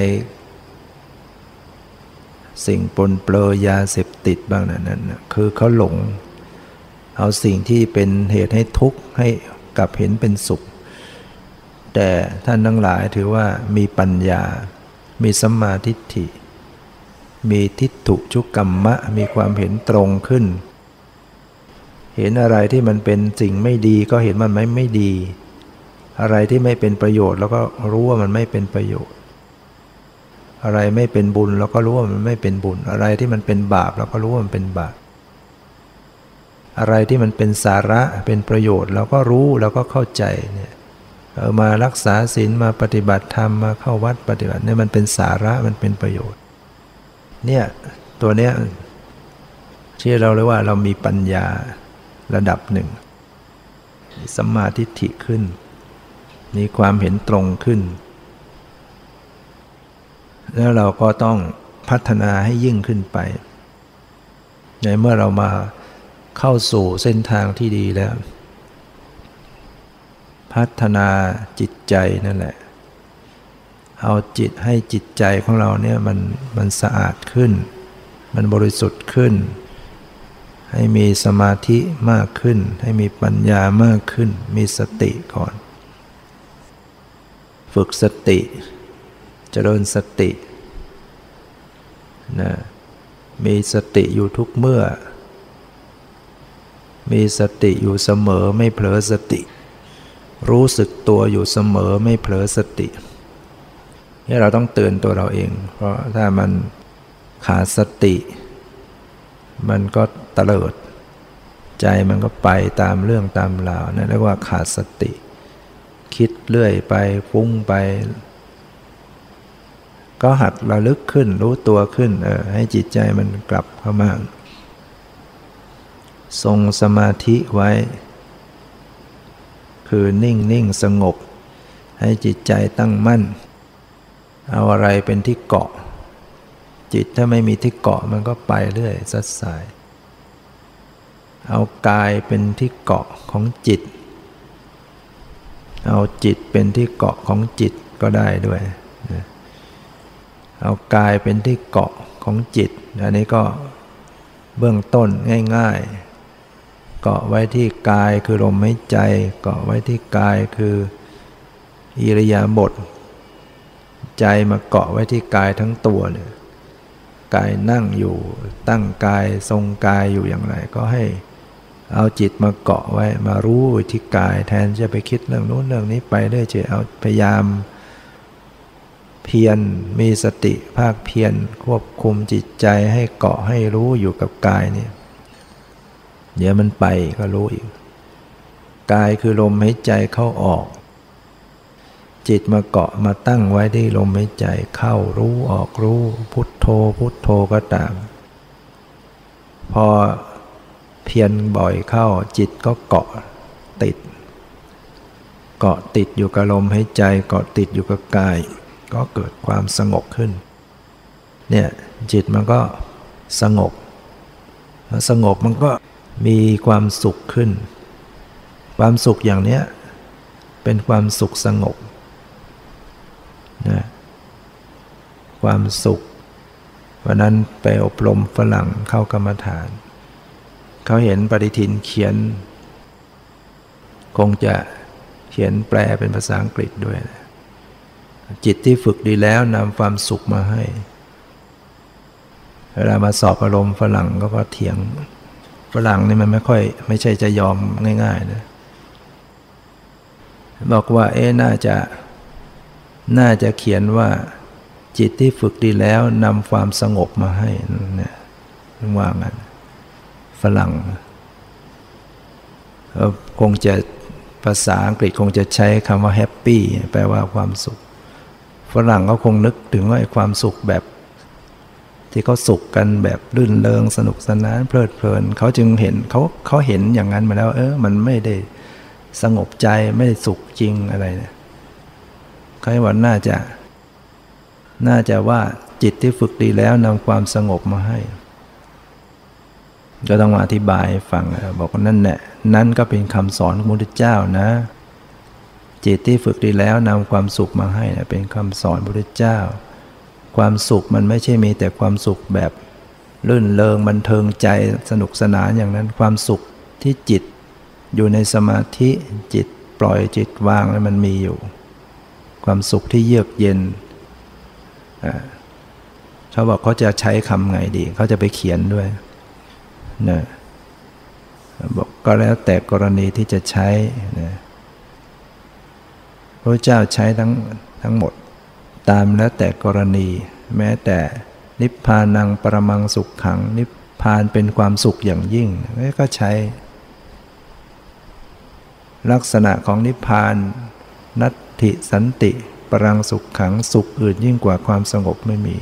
สิ่งปนเปื้อนยาเสพติดบ้างนั่นนะคือเขาหลงเอาสิ่งที่เป็นเหตุให้ทุกข์ให้กลับเห็นเป็นสุขแต่ท่านทั้งหลายถือว่ามีปัญญามีสัมมาทิฏฐิมีทิฏฐุชุกกัมมะมีความเห็นตรงขึ้นเห็นอะไรที่มันเป็นสิ่งไม่ดีก็เห็นมันไม่ไม่ดีอะไรที่ไม่เป็นประโยชน์แล้วก็รู้ว่ามันไม่เป็นประโยชน์อะไรไม่เป็นบุญเราก็รู้ว่ามันไม่เป็นบุญอะไรที่มันเป็นบาปเราก็รู้ว่ามันเป็นบาปอะไรที่มันเป็นสาระเป็นประโยชน์เราก็รู้เราก็เข้าใจเนี่ยเอามารักษาศีลมาปฏิบัติธรรมมาเข้าวัดปฏิบัติเนี่ยมันเป็นสาระมันเป็นประโยชน์เนี่ยตัวเนี้ยที่เราเรียกว่าเรามีปัญญาระดับหนึ่งมีสัมมาทิฏฐิขึ้นมีความเห็นตรงขึ้นแล้วเราก็ต้องพัฒนาให้ยิ่งขึ้นไปในเมื่อเรามาเข้าสู่เส้นทางที่ดีแล้วพัฒนาจิตใจนั่นแหละเอาจิตให้จิตใจของเราเนี่ยมันมันสะอาดขึ้นมันบริสุทธิ์ขึ้นให้มีสมาธิมากขึ้นให้มีปัญญามากขึ้นมีสติก่อนฝึกสติเจริญสตินะมีสติอยู่ทุกเมื่อมีสติอยู่เสมอไม่เผลอสติรู้สึกตัวอยู่เสมอไม่เผลอสตินี่เราต้องเตือนตัวเราเองเพราะถ้ามันขาดสติมันก็เตลิดใจมันก็ไปตามเรื่องตามราวนั่นเรียกว่าขาดสติคิดเรื่อยไปฟุ้งไปก็หัดระลึกขึ้นรู้ตัวขึ้นเออให้จิตใจมันกลับเข้ามาทรงสมาธิไว้คือนิ่งนิ่งสงบให้จิตใจตั้งมั่นเอาอะไรเป็นที่เกาะจิตถ้าไม่มีที่เกาะมันก็ไปเรื่อยซัดสายเอากายเป็นที่เกาะของจิตเอาจิตเป็นที่เกาะของจิตก็ได้ด้วยเอากายเป็นที่เกาะของจิตอันนี้ก็เบื้องต้นง่ายๆเกาะไว้ที่กายคือลมหายใจเกาะไว้ที่กายคืออิริยาบถใจมาเกาะไว้ที่กายทั้งตัวเนี่ยกายนั่งอยู่ตั้งกายทรงกายอยู่อย่างไรก็ให้เอาจิตมาเกาะไว้มารู้ที่กายแทนจะไปคิดเรื่องนู้นเรื่องนี้ไปเรื่อยๆเอาพยายามเพียรมีสติภาคเพียรควบคุมจิตใจให้เกาะให้รู้อยู่กับกายเนี่ยเดี๋ยวมันไปก็รู้อีกกายคือลมหายใจเข้าออกจิตมาเกาะมาตั้งไว้ที่ลมหายใจเข้ารู้ออกรู้พุทโธพุทโธก็ตามพอเพียรบ่อยเข้าจิตก็เกาะติดเกาะติดอยู่กับลมหายใจเกาะติดอยู่กับกายก็เกิดความสงบขึ้นเนี่ยจิตมันก็สงบสงบมันก็มีความสุขขึ้นความสุขอย่างเนี้ยเป็นความสุขสงบนะความสุขวันนั้นไปอบรมฝรั่งเข้ากรรมฐานเขาเห็นปฏิทินเขียนคงจะเขียนแปลเป็นภาษาอังกฤษด้วยนะจิตที่ฝึกดีแล้วนำความสุขมาให้เวลามาสอบอารมณ์ฝรั่งก็ก็เถียงฝรั่งนี่มันไม่ค่อยไม่ใช่จะยอมง่ายๆนะบอกว่าเอ๊ะน่าจะน่าจะเขียนว่าจิตที่ฝึกดีแล้วนำความสงบมาให้เนี่ยว่างั้นฝรั่งคงจะภาษาอังกฤษคงจะใช้คำว่าแฮปปี้แปลว่าความสุขฝรั่งก็คงนึกถึงว่าความสุขแบบที่เขาสุขกันแบบรื่นเริงสนุกสนานเพลิดเพลินเขาจึงเห็นเขาเขาเห็นอย่างนั้นมาแล้วเออมันไม่ได้สงบใจไม่ได้สุขจริงอะไรเนี่ยเขาว่าน่าจะน่าจะว่าจิตที่ฝึกดีแล้วนำความสงบมาให้ก็ต้องมาอธิบายให้ฟังบอกว่านั่นแหละนั่นก็เป็นคำสอนของพระพุทธเจ้านะจิตที่ฝึกดีแล้วนำความสุขมาให้นะเป็นคำสอนพระพุทธเจ้าความสุขมันไม่ใช่มีแต่ความสุขแบบรื่นเริงบันเทิงใจสนุกสนานอย่างนั้นความสุขที่จิตอยู่ในสมาธิจิตปล่อยจิตวางแล้วมันมีอยู่ความสุขที่เยือกเย็นเขาบอกเขาจะใช้คำไงดีเขาจะไปเขียนด้วยนะบอกก็แล้วแต่กรณีที่จะใช้นะพระเจ้าใช้ทั้งทั้งหมดตามแล้วแต่กรณีแม้แต่นิพพานังปรมังสุขขังนิพพานเป็นความสุขอย่างยิ่งก็ใช้ลักษณะของนิพพานนัตถิสันติปรังสุขขังสุขอื่นยิ่งกว่าความสงบไม่มี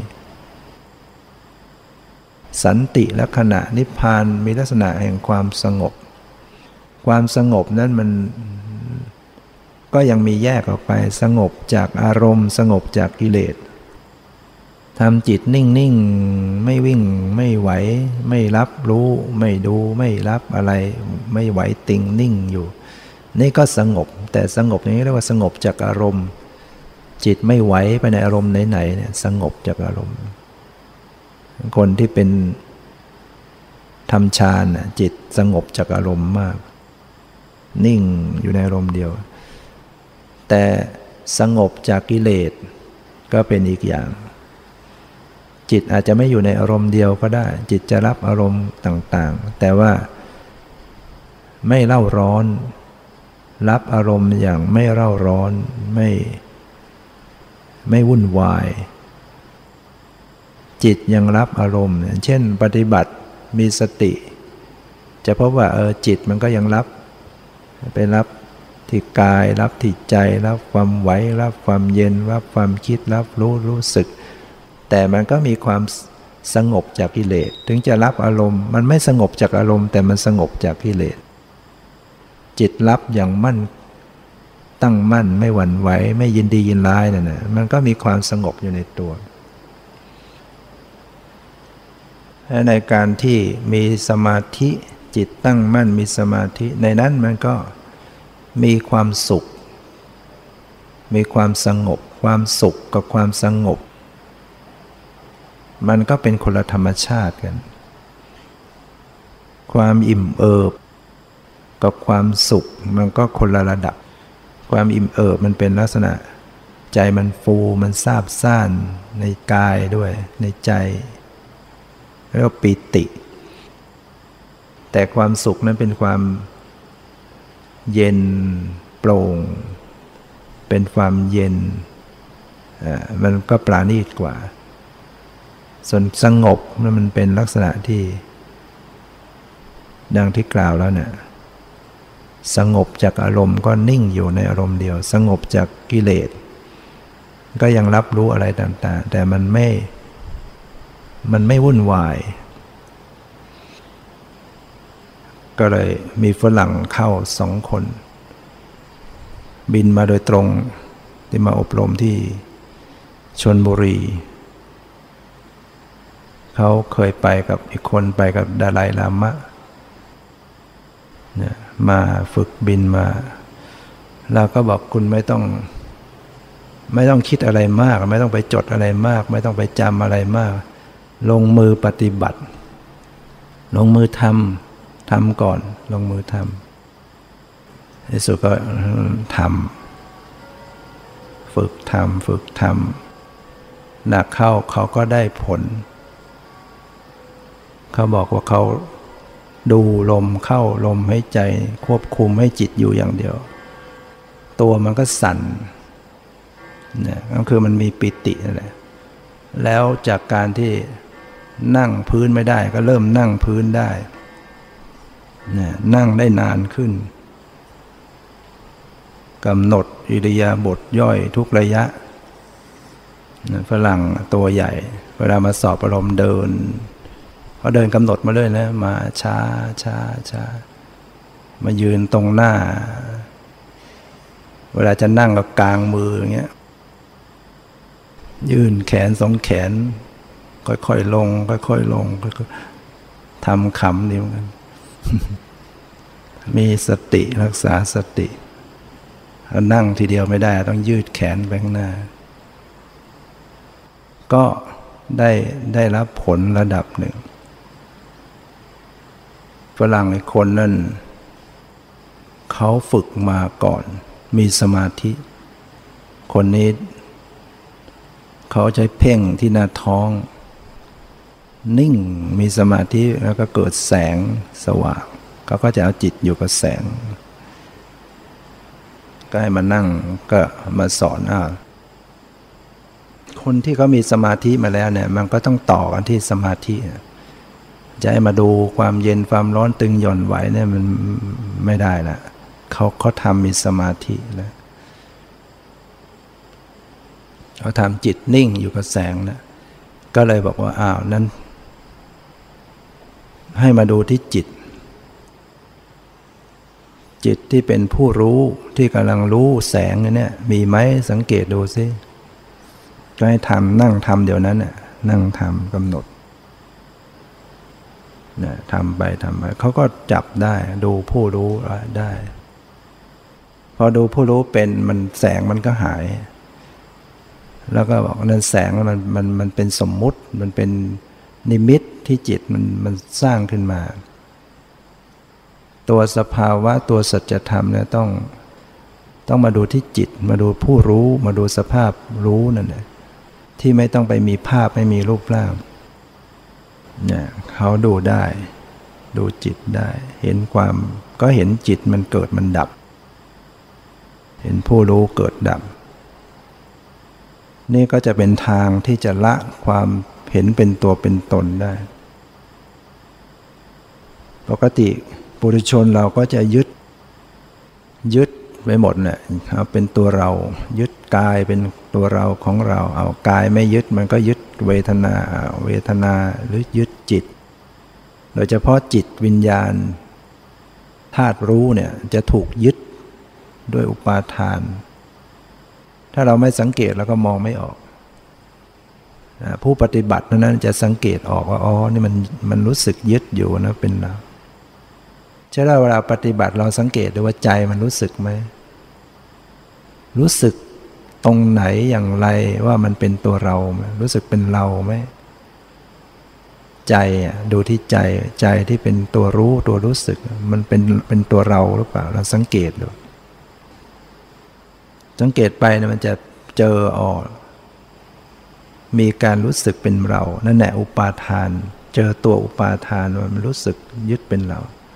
สันติลักษณะนิพพานมีลักษณะแห่งความสงบความสงบนั้นมันก็ยังมีแยกออกไปสงบจากอารมณ์สงบจากกิเลสทำจิตนิ่งๆไม่วิ่งไม่ไหวไม่รับรู้ไม่ดูไม่รับอะไรไม่ไหวติงนิ่งอยู่นี่ก็สงบแต่สงบอย่างนี้เรียกว่าสงบจากอารมณ์จิตไม่ไหวไปในอารมณ์ไหนๆเนี่ยสงบจากอารมณ์คนที่เป็นทำฌานจิตสงบจากอารมณ์มากนิ่งอยู่ในอารมณ์เดียวแต่สงบจากกิเลสก็เป็นอีกอย่างจิตอาจจะไม่อยู่ในอารมณ์เดียวก็ได้จิตจะรับอารมณ์ต่างๆแต่ว่าไม่เร่าร้อนรับอารมณ์อย่างไม่เร่าร้อนไม่ไม่วุ่นวายจิตยังรับอารมณ์เช่นปฏิบัติมีสติจะพบว่าเออจิตมันก็ยังรับไปรับที่กายรับที่ใจรับความไหวรับความเย็นรับความคิดรับรู้รู้สึกแต่มันก็มีความสงบจากกิเลสถึงจะรับอารมณ์มันไม่สงบจากอารมณ์แต่มันสงบจากกิเลสจิตรับอย่างมั่นตั้งมั่นไม่หวั่นไหวไม่ยินดียินร้ายนั่นน่ะมันก็มีความสงบอยู่ในตัวในการที่มีสมาธิจิตตั้งมั่นมีสมาธิในนั้นมันก็มีความสุขมีความสงบความสุขกับความสงบมันก็เป็นคนละธรรมชาติกันความอิ่มเอิบกับความสุขมันก็คนละระดับความอิ่มเอิบมันเป็นลักษณะใจมันฟูมันซาบซ่านในกายด้วยในใจเรียกว่าปิติแต่ความสุขนั้นเป็นความเย็นโปร่งเป็นความเย็นอ่ามันก็ปราณีตกว่าส่วนสงบนั้นมันเป็นลักษณะที่ดังที่กล่าวแล้วเนี่ยสงบจากอารมณ์ก็นิ่งอยู่ในอารมณ์เดียวสงบจากกิเลสก็ยังรับรู้อะไรต่างๆแต่มันไม่มันไม่วุ่นวายก็เลยมีฝรั่งเข้าสองคนบินมาโดยตรงที่มาอบรมที่ชลบุรีเขาเคยไปกับอีกคนไปกับดาไลลามะเนี่ยมาฝึกบินมาเราก็บอกคุณไม่ต้องไม่ต้องคิดอะไรมากไม่ต้องไปจดอะไรมากไม่ต้องไปจำอะไรมากลงมือปฏิบัติลงมือทำทำก่อนลงมือทำในสุดก็ทำฝึกทำฝึกทำหนักเข้าเขาก็ได้ผลเขาบอกว่าเขาดูลมเข้าลมให้ใจควบคุมให้จิตอยู่อย่างเดียวตัวมันก็สั่นเนี่ยก็คือมันมีปิตินั่นแหละแล้วจากการที่นั่งพื้นไม่ได้ก็เริ่มนั่งพื้นได้เนี่ยนั่งได้นานขึ้นกำหนดอิริยาบถย่อยทุกระยะฝรั่งตัวใหญ่เวลามาสอบอารมณ์เดินเขาเดินกำหนดมาเลยนะมาช้าช้าช้ามายืนตรงหน้าเวลาจะนั่งก็กางมืออย่างเงี้ยยื่นแขนสองแขนค่อยๆลงค่อยๆลงค่อยๆทำขำดีเหมือนกัน มีสติรักษาสตินั่งทีเดียวไม่ได้ต้องยืดแขนไปข้างหน้าก็ได้ได้รับผลระดับหนึ่งฝรั่งอีกคนนั่นเขาฝึกมาก่อนมีสมาธิคนนี้เขาใช้เพ่งที่หน้าท้องนิ่งมีสมาธิแล้วก็เกิดแสงสว่างเขาก็จะเอาจิตอยู่กับแสงก็ให้มานั่งก็มาสอนอ่าคนที่เขามีสมาธิมาแล้วเนี่ยมันก็ต้องต่อกันที่สมาธิจะให้มาดูความเย็นความร้อนตึงหย่อนไหวเนี่ยมันไม่ได้ละเขาเขาทำมีสมาธิแล้วเขาทำจิตนิ่งอยู่กับแสงนะก็เลยบอกว่าอ้าวนั้นให้มาดูที่จิตจิตที่เป็นผู้รู้ที่กำลังรู้แสงเนี่ยมีไหมสังเกตดูซิก็ให้ทำนั่งทำเดี๋ยวนั้นน่ะนั่งทำกำหนดเนี่ยทำไปทำไปเขาก็จับได้ดูผู้รู้ได้พอดูผู้รู้เป็นมันแสงมันก็หายแล้วก็บอกนั่นแสงมันมันมันเป็นสมมุติมันเป็นนิมิตที่จิตมันมันสร้างขึ้นมาตัวสภาวะตัวสัจธรรมเนี่ยต้องต้องมาดูที่จิตมาดูผู้รู้มาดูสภาพรู้นั่นแหละที่ไม่ต้องไปมีภาพไม่มีรูปร่างเนี่ยเขาดูได้ดูจิตได้เห็นความก็เห็นจิตมันเกิดมันดับเห็นผู้รู้เกิดดับนี่ก็จะเป็นทางที่จะละความเห็นเป็นตัวเป็นตนได้ปกติปุถุชนเราก็จะยึดยึดไปหมดเนี่ยเอาเป็นตัวเรายึดกายเป็นตัวเราของเราเอากายไม่ยึดมันก็ยึดเวทนาเวทนาหรือยึดจิตโดยเฉพาะจิตวิญญาณธาตุรู้เนี่ยจะถูกยึดด้วยอุปาทานถ้าเราไม่สังเกตเราก็มองไม่ออกผู้ปฏิบัตินั้นจะสังเกตออกว่าอ๋อนี่มันมันรู้สึกยึดอยู่นะเป็นเราใช่แล้วเวลาปฏิบัติเราสังเกตดูว่าใจมันรู้สึกไหมรู้สึกตรงไหนอย่างไรว่ามันเป็นตัวเรารู้สึกเป็นเราไหมใจดูที่ใจใจที่เป็นตัวรู้ตัวรู้สึกมันเป็นเป็นตัวเราหรือเปล่าเราสังเกตดูสังเกตไปเนี่ยมันจะเจอออกมีการรู้สึกเป็นเรานั่นแหละอุปาทานเจอตัวอุปาทานมันรู้สึกยึดเป็นเรา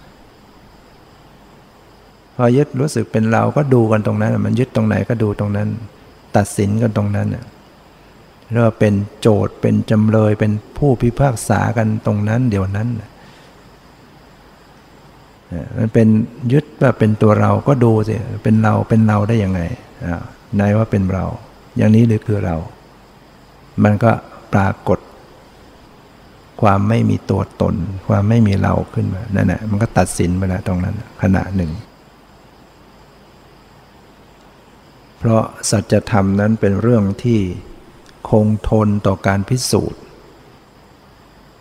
พอยึดรู้สึกเป็นเราก็ดูกันตรงนั้นมันยึดตรงไหนก็ดูตรงนั้นตัดสินกันตรงนั้นเรียกว่าเป็นโจทย์เป็นจำเลยเป็นผู้พิพากษากันตรงนั้นเดี๋ยวนั้นมันเป็นยึดว่าเป็นตัวเราก็ดูสิเป็นเราเป็นเราได้ยังไงไหนว่าเป็นเราอย่างนี้หรือคือเรามันก็ปรากฏความไม่มีตัวตนความไม่มีเราขึ้นมานั่นแหละมันก็ตัดสินไปแล้วตรงนั้นขณะหนึ่งเพราะสัจธรรมนั้นเป็นเรื่องที่คงทนต่อการพิสูจน์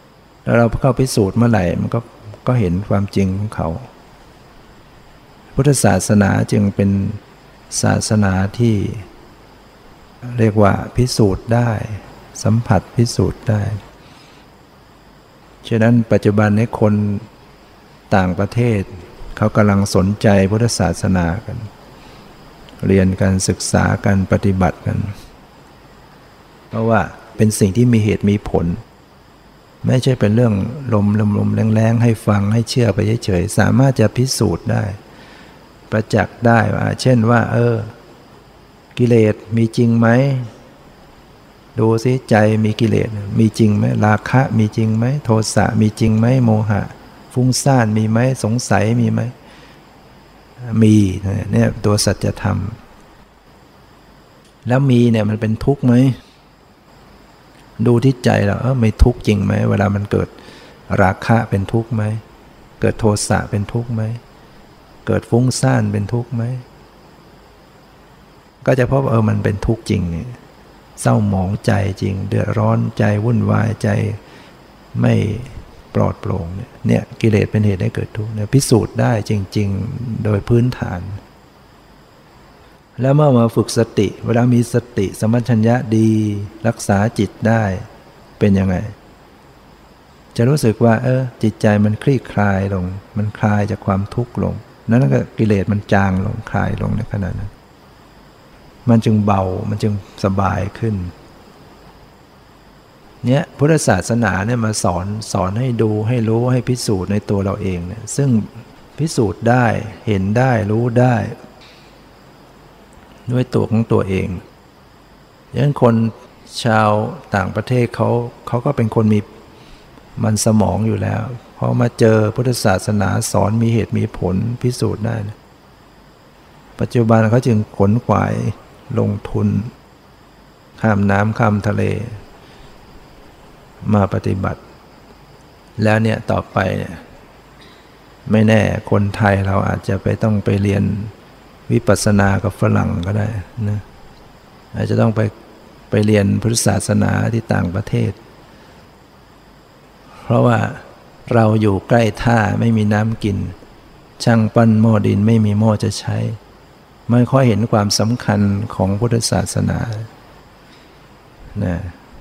แล้วเราเข้าพิสูจน์เมื่อไหร่มันก็ก็เห็นความจริงของเขาพุทธศาสนาจึงเป็นศาสนาที่เรียกว่าพิสูจน์ได้สัมผัสพิสูจน์ได้ฉะนั้นปัจจุบันนี้คนต่างประเทศเขากำลังสนใจพุทธศาสนากันเรียนกันศึกษากันปฏิบัติกันเพราะว่าเป็นสิ่งที่มีเหตุมีผลไม่ใช่เป็นเรื่องลมลมลมแรงๆให้ฟังให้เชื่อไปเฉยๆสามารถจะพิสูจน์ได้ประจักษ์ได้ว่าเช่นว่าเออกิเลสมีจริงไหมดูสิใจมีกิเลสมีจริงไหมราคะมีจริงไหมโทสะมีจริงไหมโมหะฟุ้งซ่านมีไหมสงสัยมีไหมมีเนี่ยตัวสัจธรรมแล้วมีเนี่ยมันเป็นทุกข์ไหมดูที่ใจเราเออไม่ทุกข์จริงไหมเวลามันเกิดราคะเป็นทุกข์ไหมเกิดโทสะเป็นทุกข์ไหมเกิดฟุ้งซ่านเป็นทุกข์ไหมก็จะพบว่าเออมันเป็นทุกข์จริงเนี่ยเศร้าหมองใจจริงเดือดร้อนใจวุ่นวายใจไม่ปลอดโปร่งเนี่ยเนี่ยกิเลสเป็นเหตุให้เกิดทุกข์เนี่ยพิสูจน์ได้จริงๆโดยพื้นฐานแล้วเมื่อมาฝึกสติเวลามีสติสัมปชัญญะดีรักษาจิตได้เป็นยังไงจะรู้สึกว่าเออจิตใจมันคลี่คลายลงมันคลายจากความทุกข์ลงนั้นก็กิเลสมันจางลงคลายลงในขณะนั้นมันจึงเบามันจึงสบายขึ้นเนี่ยพุทธศาสนาเนี่ยมาสอนสอนให้ดูให้รู้ให้พิสูจน์ในตัวเราเองเนี่ยซึ่งพิสูจน์ได้เห็นได้รู้ได้ด้วยตัวของตัวเองดังนั้นคนชาวต่างประเทศเขาเขาก็เป็นคนมีมันสมองอยู่แล้วพอมาเจอพุทธศาสนาสอนมีเหตุมีผลพิสูจน์ได้นะปัจจุบันเขาจึงขนขวายลงทุนข้ามน้ำข้ามทะเลมาปฏิบัติแล้วเนี่ยต่อไปเนี่ยไม่แน่คนไทยเราอาจจะไปต้องไปเรียนวิปัสสนากับฝรั่งก็ได้นะอาจจะต้องไปไปเรียนพุทธศาสนาที่ต่างประเทศเพราะว่าเราอยู่ใกล้ท่าไม่มีน้ำกินช่างปั้นหม้อดินไม่มีหม้อจะใช้ไม่ค่อยเห็นความสำคัญของพุทธศาสนานะ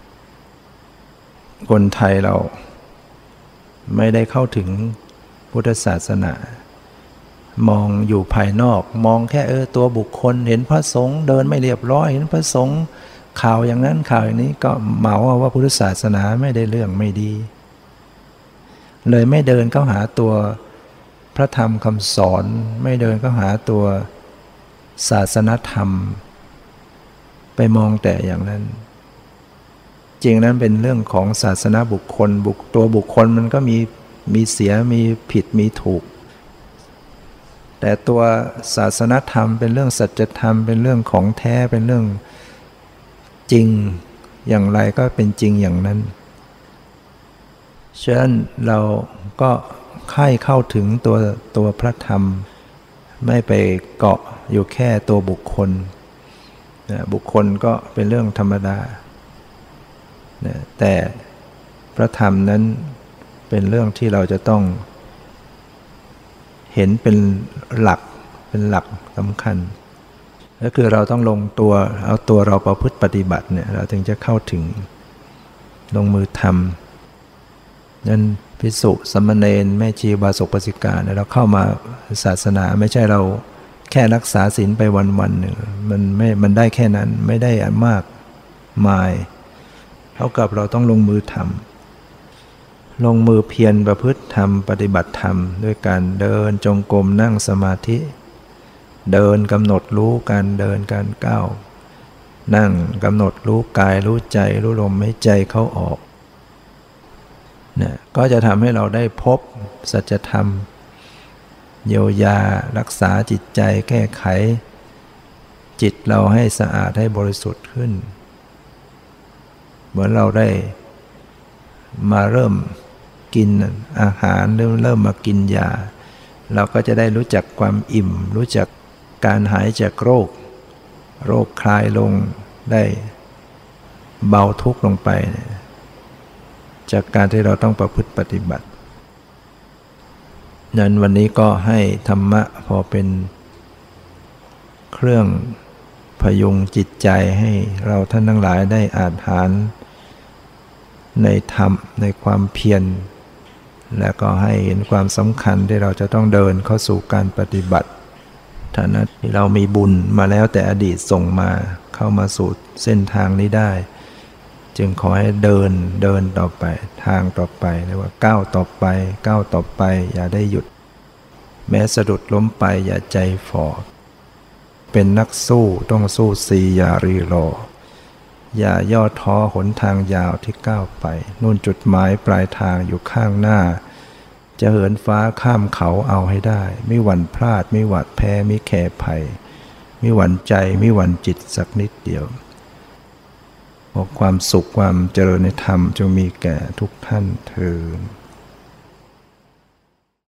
คนไทยเราไม่ได้เข้าถึงพุทธศาสนามองอยู่ภายนอกมองแค่เออตัวบุคคลเห็นพระสงฆ์เดินไม่เรียบร้อยเห็นพระสงฆ์ข่าวอย่างนั้นข่าวอย่างนี้ก็เหมาว่าพุทธศาสนาไม่ได้เรื่องไม่ดีเลยไม่เดินเข้าหาตัวพระธรรมคำสอนไม่เดินเข้าหาตัวศาสนธรรมไปมองแต่อย่างนั้นจริงนั้นเป็นเรื่องของศาสนาบุคคลบุคตัวบุคคลมันก็มีมีเสียมีผิดมีถูกแต่ตัวศาสนธรรมเป็นเรื่องสัจธรรมเป็นเรื่องของแท้เป็นเรื่องจริงอย่างไรก็เป็นจริงอย่างนั้นฉะนั้นเราก็ค่อยเข้าถึงตัวตัวพระธรรมไม่ไปเกาะอยู่แค่ตัวบุคคลนะบุคคลก็เป็นเรื่องธรรมดานะแต่พระธรรมนั้นเป็นเรื่องที่เราจะต้องเห็นเป็นหลักเป็นหลักสำคัญก็คือเราต้องลงตัวเอาตัวเราประพฤติปฏิบัติเนี่ยเราถึงจะเข้าถึงลงมือทำนั้นภิกษุสามเณรแม่ชีบาศกปสิกาเนี่ยเราเข้ามาศาสนาไม่ใช่เราแค่รักษาศีลไปวันๆหนึ่งมันไม่มันได้แค่นั้นไม่ได้อันมากมายเท่ากับเราต้องลงมือทำลงมือเพียรประพฤติธรรมปฏิบัติธรรมด้วยการเดินจงกรมนั่งสมาธิเดินกำหนดรู้การเดินการก้าวนั่งกำหนดรู้กายรู้ใจรู้ลมหายใจเข้าออกเนี่ยก็จะทำให้เราได้พบสัจธรรมเยียวยารักษาจิตใจแก้ไขจิตเราให้สะอาดให้บริสุทธิ์ขึ้นเหมือนเราได้มาเริ่มกินอาหารเริ่มเริ่มมากินยาเราก็จะได้รู้จักความอิ่มรู้จักการหายจากโรคโรคคลายลงได้เบาทุกข์ลงไปจจากการที่เราต้องประพฤติปฏิบัตินั้นวันนี้ก็ให้ธรรมะพอเป็นเครื่องพยุงจิตใจให้เราท่านทั้งหลายได้อาจหารในธรรมในความเพียรและก็ให้เห็นความสำคัญที่เราจะต้องเดินเข้าสู่การปฏิบัติฐานะที่เรามีบุญมาแล้วแต่อดีตส่งมาเข้ามาสู่เส้นทางนี้ได้จึงขอให้เดินเดินต่อไปทางต่อไปเรียกว่าก้าวต่อไปก้าวต่อไปอย่าได้หยุดแม้สะดุดล้มไปอย่าใจฝ่อเป็นนักสู้ต้องสู้สีอย่ารีรออย่าย่อท้อหนทางยาวที่ก้าวไปนู่นจุดหมายปลายทางอยู่ข้างหน้าจะเหินฟ้าข้ามเขาเอาให้ได้ไม่หวั่นพลาดไม่หวาดแพ้ไม่แคร์ภัยไม่หวั่นใจไม่หวั่นจิตสักนิดเดียวขอความสุขความเจริญในธรรมจงมีแก่ทุกท่านเทอญ